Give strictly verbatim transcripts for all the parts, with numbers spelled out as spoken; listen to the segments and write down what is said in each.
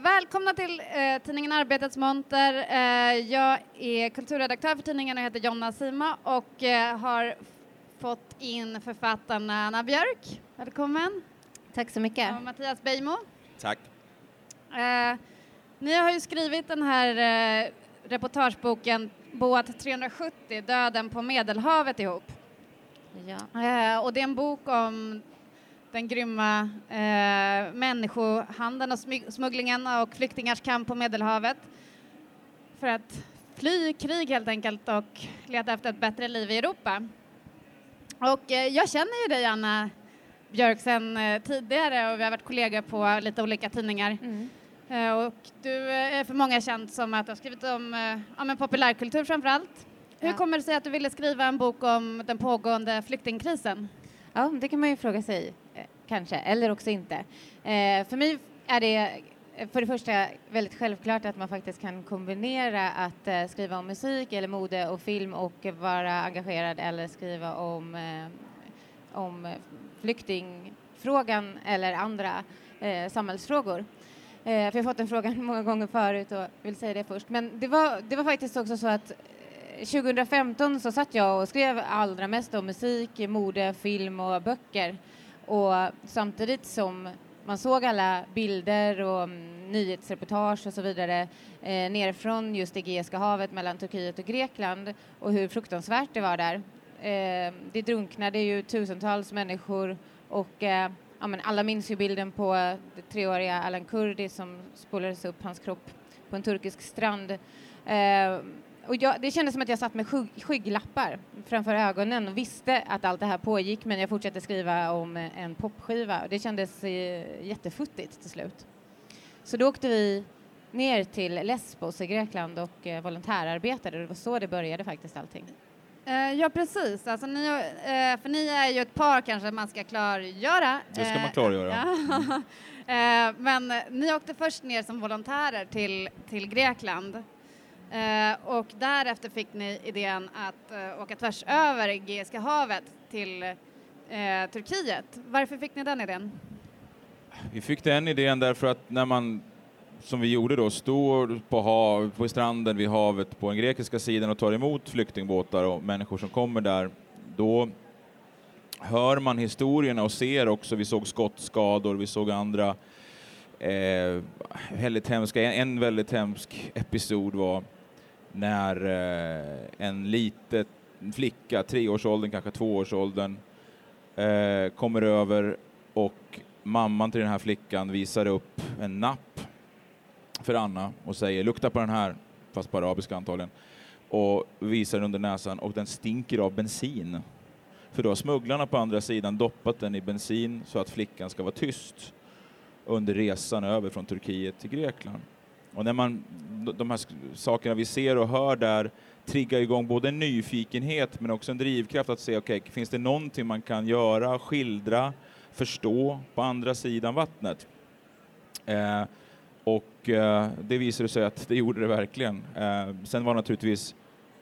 välkomna till eh, tidningen Arbetets monter. Eh, jag är kulturredaktör för tidningen och heter Jonna Sima och eh, har fått in författarna Anna Björk. Välkommen. Tack så mycket. Och Mattias Beijmo. Tack. Eh, ni har ju skrivit den här eh, reportageboken Båt trehundrasjuttio, Döden på Medelhavet ihop. Ja. Eh, och det är en bok om den grymma eh, människohandeln och smy- smugglingen och flyktingars kamp på Medelhavet för att fly krig helt enkelt och leta efter ett bättre liv i Europa. Och eh, jag känner ju dig, Anna Björk, sedan eh, tidigare och vi har varit kollegor på lite olika tidningar. Mm. Eh, och du är för många känd som att du har skrivit om, eh, om en populärkultur framförallt. Hur Ja. kommer det sig att du ville skriva en bok om den pågående flyktingkrisen? Ja, det kan man ju fråga sig, eh, kanske, eller också inte. Eh, för mig är det eh, för det första väldigt självklart att man faktiskt kan kombinera att eh, skriva om musik eller mode och film och vara engagerad eller skriva om, eh, om flyktingfrågan eller andra eh, samhällsfrågor. Eh, för jag har fått den frågan många gånger förut och vill säga det först. Men det var, det var faktiskt också så att tjugohundrafemton så satt jag och skrev allra mest om musik, mode, film och böcker. Och samtidigt som man såg alla bilder och mm, nyhetsreportage och så vidare eh, nerifrån just Egeiska havet mellan Turkiet och Grekland och hur fruktansvärt det var där. Eh, det drunknade ju tusentals människor och eh, ja, men alla minns ju bilden på det treåriga Alan Kurdi som spolades upp hans kropp på en turkisk strand. Eh, Och jag, det kändes som att jag satt med skyg, skygglappar framför ögonen och visste att allt det här pågick, men jag fortsatte skriva om en popskiva och det kändes eh, jättefuttigt till slut. Så då åkte vi ner till Lesbos i Grekland och eh, volontärarbetade. Det var så det började faktiskt allting. Eh, ja, precis. Alltså, ni, eh, för ni är ju ett par kanske man ska klargöra. Det ska man klargöra. Ja. eh, men ni åkte först ner som volontärer till, till Grekland. Uh, och därefter fick ni idén att uh, åka tvärs över Egeiska havet till uh, Turkiet. Varför fick ni den idén? Vi fick den idén därför att när man, som vi gjorde då, står på, hav, på stranden vid havet på den grekiska sidan och tar emot flyktingbåtar och människor som kommer där, då hör man historierna och ser också, vi såg skottskador, vi såg andra eh, väldigt hemska, en, en väldigt hemsk episod var när eh, en liten flicka, treårsåldern, kanske tvåårsåldern, eh, kommer över och mamman till den här flickan visar upp en napp för Anna och säger lukta på den här, fast på arabiska antagligen, och visar den under näsan och den stinker av bensin. För då har smugglarna på andra sidan doppat den i bensin så att flickan ska vara tyst under resan över från Turkiet till Grekland. Och när man, de här sakerna vi ser och hör där triggar igång både en nyfikenhet men också en drivkraft att se, okej, okay, finns det någonting man kan göra, skildra, förstå på andra sidan vattnet? Eh, och eh, det visade sig att det gjorde det verkligen. Eh, sen var naturligtvis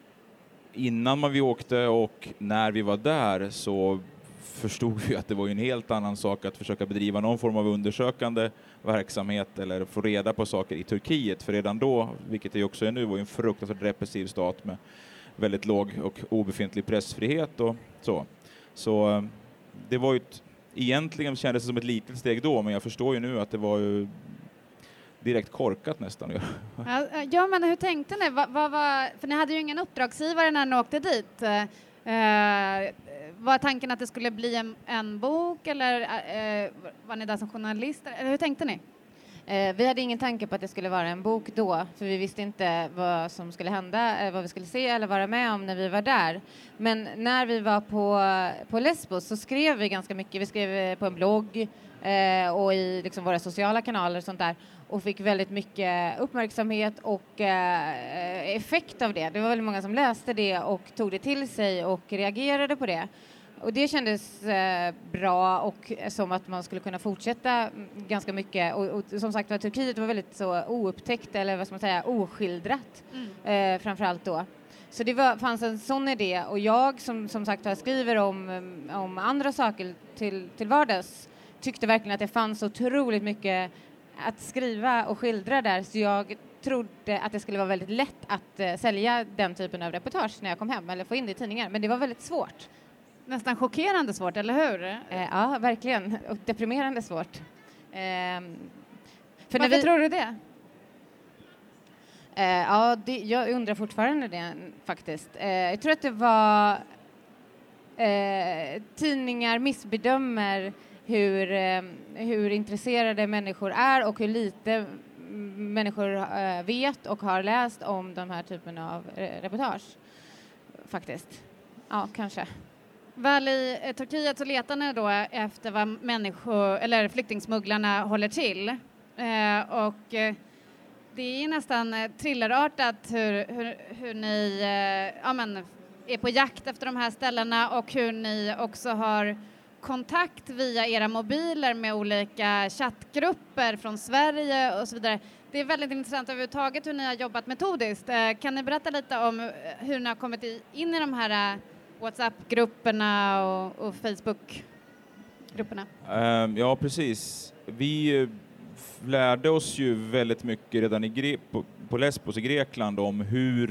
innan man vi åkte och när vi var där så förstod vi att det var ju en helt annan sak att försöka bedriva någon form av undersökande verksamhet eller få reda på saker i Turkiet. För redan då, vilket det också är nu, var ju en fruktansvärt repressiv stat med väldigt låg och obefintlig pressfrihet och så. Så det var ju ett, egentligen kändes det som ett litet steg då, men jag förstår ju nu att det var ju direkt korkat nästan. Ja, men hur tänkte ni? Va, va, va, för ni hade ju ingen uppdragsgivare när ni åkte dit. Uh, var tanken att det skulle bli en, en bok eller uh, var ni där som journalister? Eller hur tänkte ni? Uh, vi hade ingen tanke på att det skulle vara en bok då, för vi visste inte vad som skulle hända, uh, vad vi skulle se eller vara med om när vi var där. Men när vi var på, på Lesbos så skrev vi ganska mycket. Vi skrev på en blogg uh, och i liksom våra sociala kanaler och sånt där. Och fick väldigt mycket uppmärksamhet och eh, effekt av det. Det var väldigt många som läste det och tog det till sig och reagerade på det. Och det kändes eh, bra och som att man skulle kunna fortsätta ganska mycket. Och, och som sagt var, Turkiet var väldigt så oupptäckt eller vad ska man säga, oskildrat mm. eh, framförallt då. Så det var, fanns en sån idé och jag som, som sagt var skriver om, om andra saker till, till vardags tyckte verkligen att det fanns otroligt mycket att skriva och skildra där, så jag trodde att det skulle vara väldigt lätt att uh, sälja den typen av reportage när jag kom hem eller få in det i tidningar, men det var väldigt svårt. Nästan chockerande svårt, eller hur? Uh, ja, verkligen. Och deprimerande svårt. Uh, för Varför vi... tror du det? Uh, ja, det, jag undrar fortfarande det faktiskt. Uh, jag tror att det var uh, tidningar missbedömer hur, uh, hur intresserade människor är och hur lite människor uh, vet och har läst om de här typen av uh, reportage. Faktiskt. Ja, kanske. Väl i eh, Turkiet så letar ni då efter vad människor, eller flyktingsmugglarna håller till. Eh, och eh, det är nästan eh, thrillerartat hur, hur, hur ni eh, ja, men, är på jakt efter de här ställena och hur ni också har kontakt via era mobiler med olika chattgrupper från Sverige och så vidare. Det är väldigt intressant överhuvudtaget hur ni har jobbat metodiskt. Eh, kan ni berätta lite om hur ni har kommit i, in i de här eh, WhatsApp-grupperna och, och Facebook-grupperna? Um, ja, precis. Vi uh, lärde oss ju väldigt mycket redan i Gre- på, på Lesbos i Grekland om hur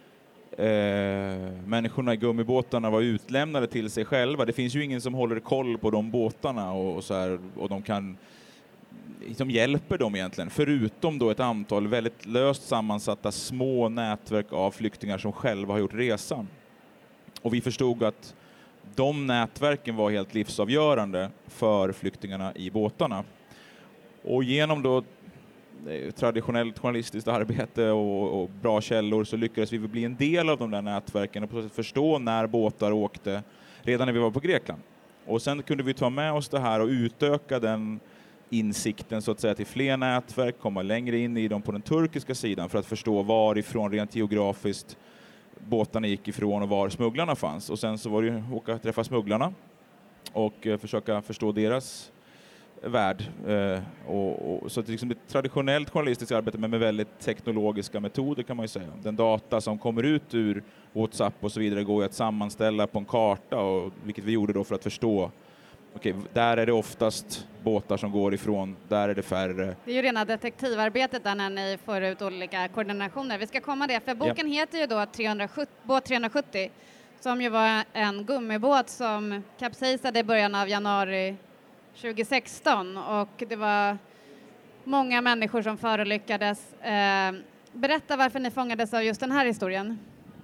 uh, människorna i gummibåtarna var utlämnade till sig själva. Det finns ju ingen som håller koll på de båtarna och, och, så här, och de kan som hjälper dem egentligen, förutom då ett antal väldigt löst sammansatta små nätverk av flyktingar som själva har gjort resan. Och vi förstod att de nätverken var helt livsavgörande för flyktingarna i båtarna. Och genom då traditionellt journalistiskt arbete och, och bra källor så lyckades vi bli en del av de där nätverken och på så sätt förstå när båtar åkte redan när vi var på Grekland. Och sen kunde vi ta med oss det här och utöka den insikten så att säga till fler nätverk, komma längre in i dem på den turkiska sidan för att förstå varifrån rent geografiskt båtarna gick ifrån och var smugglarna fanns. Och sen så var det ju åka och träffa smugglarna och eh, försöka förstå deras värld. Eh, och, och, så det är liksom ett traditionellt journalistiskt arbete men med väldigt teknologiska metoder kan man ju säga. Den data som kommer ut ur WhatsApp och så vidare går ju att sammanställa på en karta, och, vilket vi gjorde då för att förstå. Okej, där är det oftast båtar som går ifrån, där är det färre. Det är ju rena detektivarbetet där när ni får ut olika koordinationer. Vi ska komma det, för boken ja. heter ju då trehundrasjuttio, båt trehundrasjuttio, som ju var en gummibåt som kapsejsade i början av januari tjugohundrasexton, och det var många människor som förolyckades. Eh, berätta varför ni fångades av just den här historien.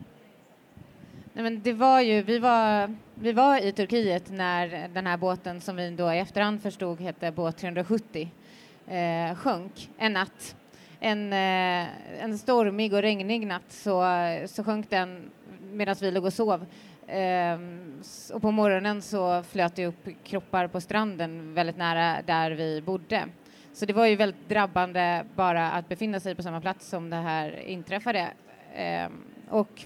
Nej, men det var ju, vi var, vi var i Turkiet när den här båten som vi då i efterhand förstod hette båt trehundrasjuttio eh, sjönk en natt. En, eh, en stormig och regnig natt så, så sjönk den medan vi låg och sov. Eh, och på morgonen så flöt det upp kroppar på stranden väldigt nära där vi bodde. Så det var ju väldigt drabbande bara att befinna sig på samma plats som det här inträffade. Eh, och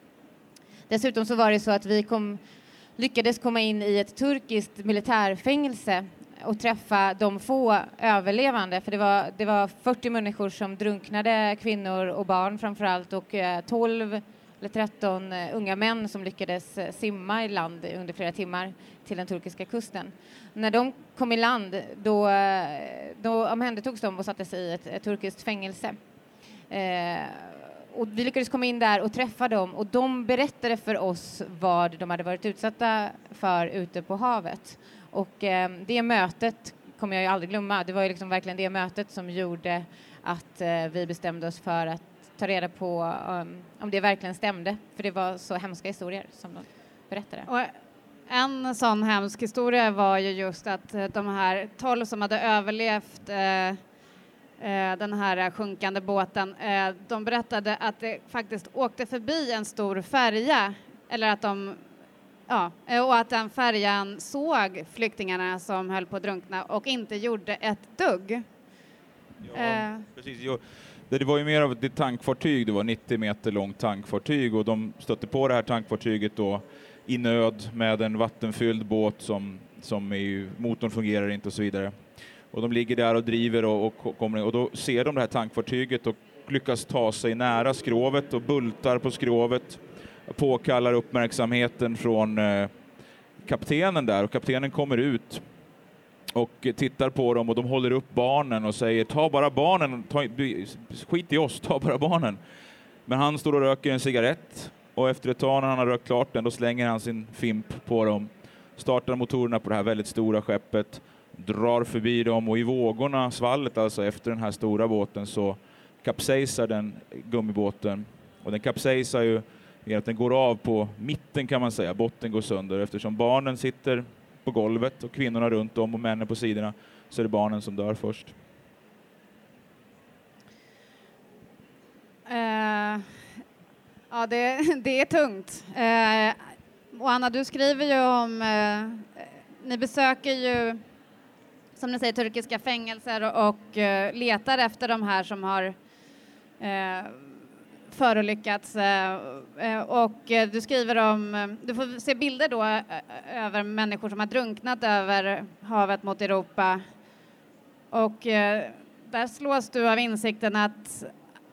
dessutom så var det så att vi kom, lyckades komma in i ett turkiskt militärfängelse och träffa de få överlevande. För det var, det var fyrtio människor som drunknade, kvinnor och barn framförallt, och eh, tolv eller tretton eh, unga män som lyckades eh, simma i land under flera timmar till den turkiska kusten. När de kom i land då, då omhändertogs de och sattes i ett, ett turkiskt fängelse. Eh, Och vi lyckades komma in där och träffa dem, och de berättade för oss vad de hade varit utsatta för ute på havet. Och eh, det mötet kommer jag ju aldrig glömma. Det var ju liksom verkligen det mötet som gjorde att eh, vi bestämde oss för att ta reda på um, om det verkligen stämde. För det var så hemska historier som de berättade. Och en sån hemsk historia var ju just att de här tolv som hade överlevt eh, den här sjunkande båten, de berättade att det faktiskt åkte förbi en stor färja, eller att de, ja, och att den färjan såg flyktingarna som höll på att drunkna och inte gjorde ett dugg. Ja, eh. precis. Det var ju mer av ett tankfartyg, det var nittio meter långt tankfartyg, och de stötte på det här tankfartyget då i nöd med en vattenfylld båt som, som är, motorn fungerar inte och så vidare. Och de ligger där och driver och, och kommer, och då ser de det här tankfartyget och lyckas ta sig nära skrovet och bultar på skrovet. Påkallar uppmärksamheten från eh, kaptenen där, och kaptenen kommer ut och tittar på dem och de håller upp barnen och säger ta bara barnen, ta, skit i oss, ta bara barnen. Men han står och röker en cigarett och efter ett tag när han har rökt klart den då slänger han sin fimp på dem, startar motorerna på det här väldigt stora skeppet, drar förbi dem och i vågorna, svallet alltså efter den här stora båten så kapsejsar den gummibåten och den kapsejsar ju genom att den går av på mitten kan man säga, botten går sönder eftersom barnen sitter på golvet och kvinnorna runt om och männen på sidorna så är det barnen som dör först. Uh, ja, det, det är tungt. Uh, och Anna, du skriver ju om, uh, ni besöker ju som ni säger turkiska fängelser och, och uh, letar efter de här som har uh, förolyckats uh, och uh, du skriver om, uh, du får se bilder då uh, över människor som har drunknat över havet mot Europa och uh, där slås du av insikten att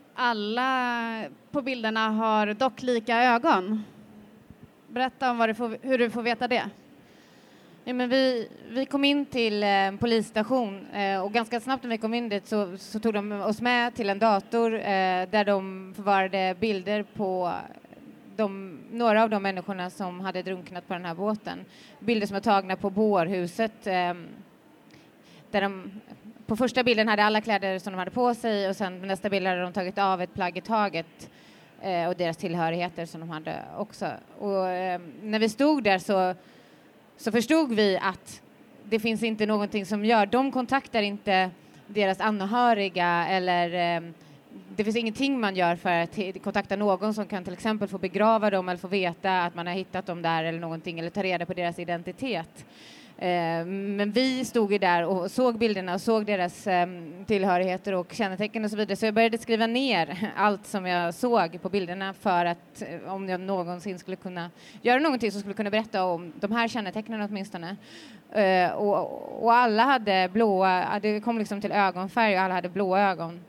alla på bilderna har dock lika ögon. Berätta om vad du får, hur du får veta det. Ja, men vi, vi kom in till en eh, polisstation eh, och ganska snabbt när vi kom in dit så, så tog de oss med till en dator eh, där de förvarade bilder på de, några av de människorna som hade drunknat på den här båten. Bilder som var tagna på bårhuset eh, där de på första bilden hade alla kläder som de hade på sig och sen nästa bild hade de tagit av ett plagg i taget eh, och deras tillhörigheter som de hade också. Och eh, när vi stod där så, så förstod vi att det finns inte någonting som gör. De kontaktar inte deras anhöriga eller eh, det finns ingenting man gör för att kontakta någon som kan till exempel få begrava dem eller få veta att man har hittat dem där eller någonting eller ta reda på deras identitet. Eh, men vi stod ju där och såg bilderna och såg deras eh, tillhörigheter och kännetecken och så vidare. Så jag började skriva ner allt som jag såg på bilderna för att eh, om jag någonsin skulle kunna göra någonting som skulle kunna berätta om de här kännetecknen åtminstone. Eh, och, och alla hade blåa, det kom liksom till ögonfärg och alla hade blåa ögon.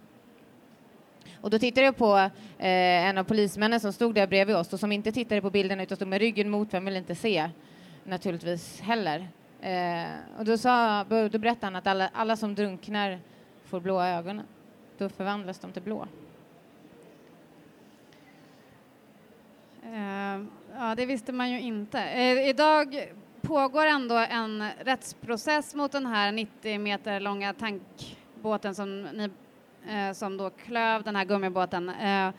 Och då tittade jag på eh, en av polismännen som stod där bredvid oss och som inte tittade på bilderna utan stod med ryggen mot, vem vill inte se naturligtvis heller. Eh, och då, sa, då berättade han att alla, alla som drunknar får blåa ögon. Då förvandlas de till blå. Eh, ja, det visste man ju inte. Eh, idag pågår ändå en rättsprocess mot den här nittio meter långa tankbåten som, ni, eh, som då klöv den här gummibåten. Eh,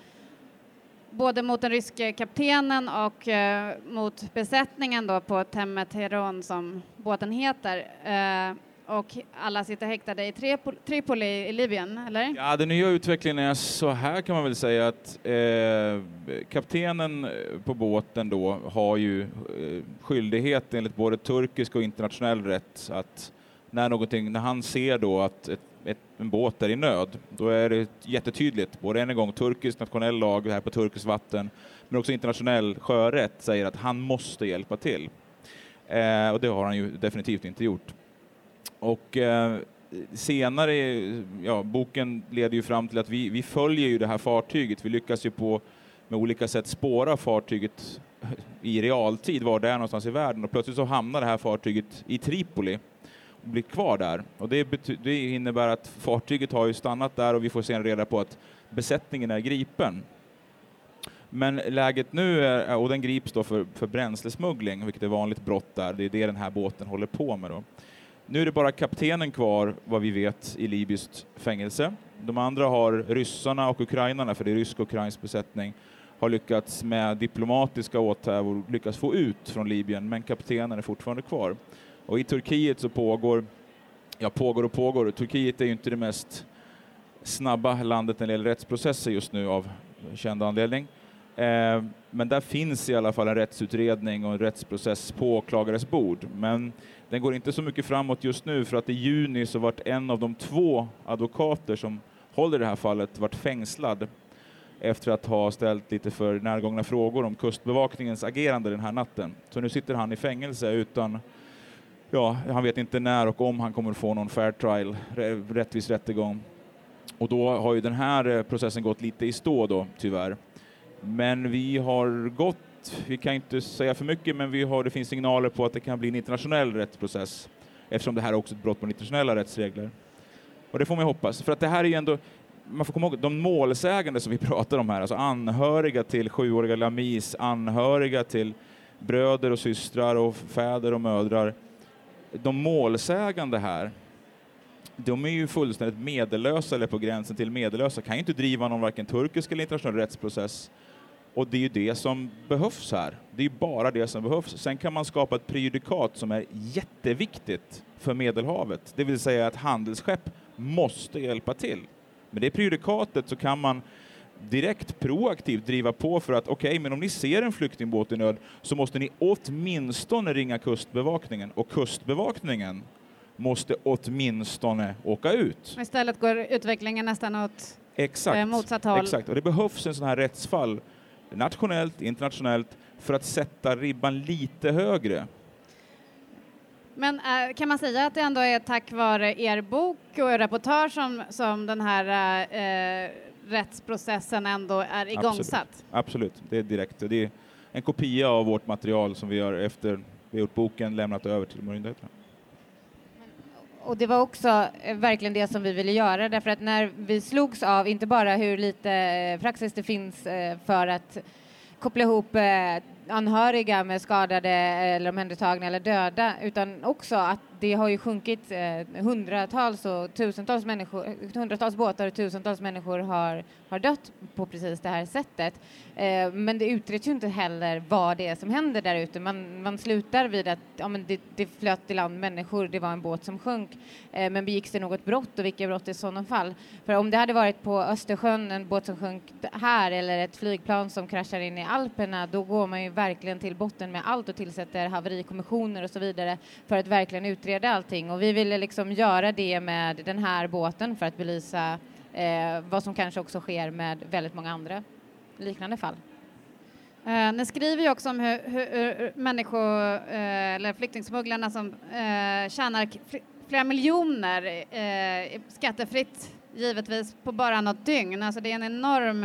både mot den ryske kaptenen och eh, mot besättningen då på Temmet Heron som båten heter. Eh, och alla sitter häktade i Tripol- Tripoli i Libyen, eller? Ja, den nya utvecklingen är så här kan man väl säga att eh, kaptenen på båten då har ju eh, skyldighet enligt både turkisk och internationell rätt att när, någonting, när han ser då att ett Ett, en båt är i nöd, då är det jättetydligt, både en gång turkisk nationell lag här på turkisk vatten, men också internationell sjörätt säger att han måste hjälpa till. Eh, och det har han ju definitivt inte gjort. Och eh, senare, ja, boken leder ju fram till att vi, vi följer ju det här fartyget, vi lyckas ju på med olika sätt spåra fartyget i realtid, var det är någonstans i världen, och plötsligt så hamnar det här fartyget i Tripoli och blir kvar där. Och det, bety- det innebär att fartyget har ju stannat där och vi får sen reda på att besättningen är gripen. Men läget nu är, och den grips då för, för bränslesmuggling, vilket är vanligt brott där. Det är det den här båten håller på med då. Nu är det bara kaptenen kvar, vad vi vet, i libyskt fängelse. De andra har ryssarna och ukrainarna, för det är rysk och ukrainsk besättning, har lyckats med diplomatiska åtgärder lyckats få ut från Libyen, men kaptenen är fortfarande kvar. Och i Turkiet så pågår, ja pågår och pågår. Turkiet är ju inte det mest snabba landet när det gäller rättsprocesser just nu av känd anledning. Eh, men där finns i alla fall en rättsutredning och en rättsprocess på åklagares bord. Men den går inte så mycket framåt just nu för att i juni så vart en av de två advokater som håller det här fallet vart fängslad efter att ha ställt lite för närgångna frågor om kustbevakningens agerande den här natten. Så nu sitter han i fängelse utan... Ja, han vet inte när och om han kommer få någon fair trial, rättvis rättegång. Och då har ju den här processen gått lite i stå då, tyvärr. Men vi har gått, vi kan inte säga för mycket, men vi har, det finns signaler på att det kan bli en internationell rättsprocess eftersom det här är också ett brott mot internationella rättsregler. Och det får man hoppas, för att det här är ju ändå, man får komma ihåg, de målsägande som vi pratar om här, alltså anhöriga till sjuåriga Lamis, anhöriga till bröder och systrar och fäder och mödrar, de målsägande här, de är ju fullständigt medellösa eller på gränsen till medellösa, kan ju inte driva någon varken turkisk eller internationell rättsprocess. Och det är ju det som behövs här. Det är ju bara det som behövs. Sen kan man skapa ett prejudikat som är jätteviktigt för Medelhavet. Det vill säga att handelsskepp måste hjälpa till. Med det prejudikatet så kan man direkt proaktivt driva på för att okej, okay, men om ni ser en flyktingbåt i nöd så måste ni åtminstone ringa kustbevakningen. Och kustbevakningen måste åtminstone åka ut. Istället går utvecklingen nästan åt exakt, eh, motsatt håll. Exakt, och det behövs en sån här rättsfall nationellt, internationellt för att sätta ribban lite högre. Men äh, kan man säga att det ändå är tack vare er bok och er reportage som, som den här äh, rättsprocessen ändå är igångsatt? Absolut. Absolut, det är direkt. Det är en kopia av vårt material som vi gör efter vi har gjort boken, lämnat över till myndigheterna. Och det var också eh, verkligen det som vi ville göra, därför att när vi slogs av inte bara hur lite eh, praxis det finns eh, för att koppla ihop eh, anhöriga med skadade eller omhändertagna eller döda, utan också att det har ju sjunkit eh, hundratals och tusentals människor, hundratals båtar och tusentals människor har, har dött på precis det här sättet. Eh, men det utreds ju inte heller vad det är som händer där ute. Man, man slutar vid att ja, men det, det flöt i land människor, det var en båt som sjönk. Eh, men begicks det något brott, och vilka brott i sådana fall? För om det hade varit på Östersjön, en båt som sjönk här, eller ett flygplan som kraschar in i Alperna, då går man ju verkligen till botten med allt och tillsätter haverikommissioner och så vidare för att verkligen utreda allting. Och vi ville liksom göra det med den här båten för att belysa eh, vad som kanske också sker med väldigt många andra liknande fall. Eh, ni skriver ju också om hur, hur, hur människor, eh, eller flyktingsmugglarna som eh, tjänar fl- flera miljoner eh, skattefritt givetvis på bara något dygn. Alltså det är en enorm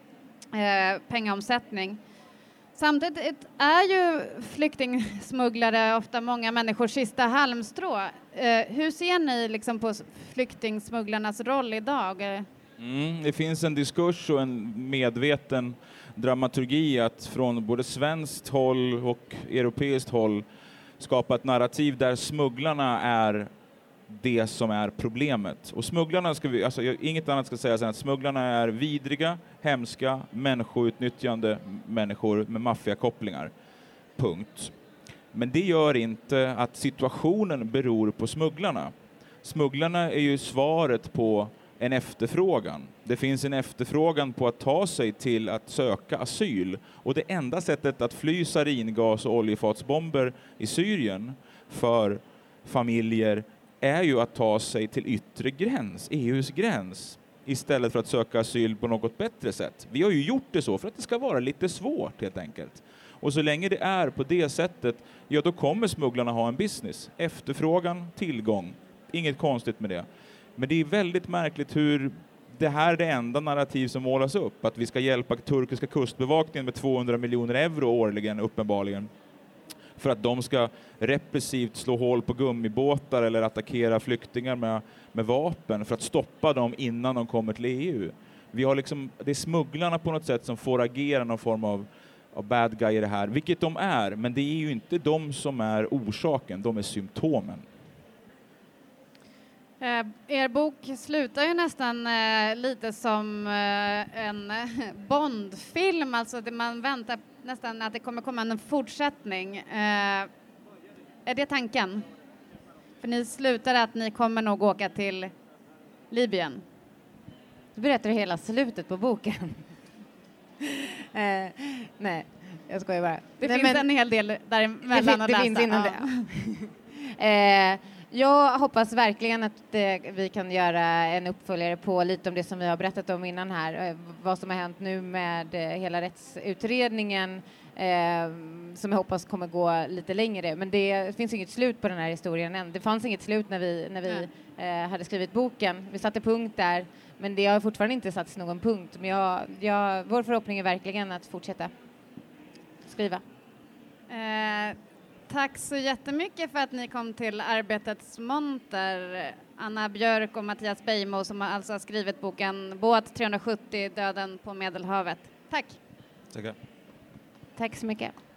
eh, pengaomsättning. Samtidigt är ju flyktingsmugglare ofta många människors sista halmstrå. Eh, hur ser ni liksom på flyktingsmugglarnas roll idag? Mm, det finns en diskurs och en medveten dramaturgi att från både svenskt håll och europeiskt håll skapa ett narrativ där smugglarna är det som är problemet. Och smugglarna ska vi, alltså inget annat ska sägas än att smugglarna är vidriga, hemska, människoutnyttjande människor med maffiakopplingar. Punkt. Men det gör inte att situationen beror på smugglarna. Smugglarna är ju svaret på en efterfrågan. Det finns en efterfrågan på att ta sig till att söka asyl. Och det enda sättet att fly saringas och oljefatsbomber i Syrien för familjer är ju att ta sig till yttre gräns, E U:s gräns, istället för att söka asyl på något bättre sätt. Vi har ju gjort det så för att det ska vara lite svårt helt enkelt. Och så länge det är på det sättet, ja då kommer smugglarna ha en business. Efterfrågan, tillgång. Inget konstigt med det. Men det är väldigt märkligt hur det här är det enda narrativ som målas upp. Att vi ska hjälpa turkiska kustbevakningen med tvåhundra miljoner euro årligen uppenbarligen. För att de ska repressivt slå hål på gummibåtar eller attackera flyktingar med, med vapen för att stoppa dem innan de kommer till E U. Vi har liksom, det är smugglarna på något sätt som får agera någon form av, av bad guy i det här. Vilket de är, men det är ju inte de som är orsaken, de är symptomen. Eh, er bok slutar ju nästan eh, lite som eh, en Bondfilm, alltså det man väntar nästan att det kommer komma en fortsättning. Eh, är det tanken? För ni slutar att ni kommer nog åka till Libyen. Du berättar hela slutet på boken. eh, nej, jag skojar bara. Det nej, finns men, en hel del däremellan det, fin- att det läsa. finns innan ja. det. eh, Jag hoppas verkligen att eh, vi kan göra en uppföljare på lite om det som vi har berättat om innan här. Eh, vad som har hänt nu med eh, hela rättsutredningen eh, som jag hoppas kommer gå lite längre. Men det finns inget slut på den här historien än. Det fanns inget slut när vi, när vi eh, hade skrivit boken. Vi satte punkt där, men det har fortfarande inte satts någon punkt. Men jag, jag, vår förhoppning är verkligen att fortsätta skriva. Eh, tack så jättemycket för att ni kom till Arbetets monter. Anna Björk och Mattias Beijmo som alltså har skrivit boken Båt trehundrasjuttio, Döden på Medelhavet. Tack! Tackar. Tack så mycket.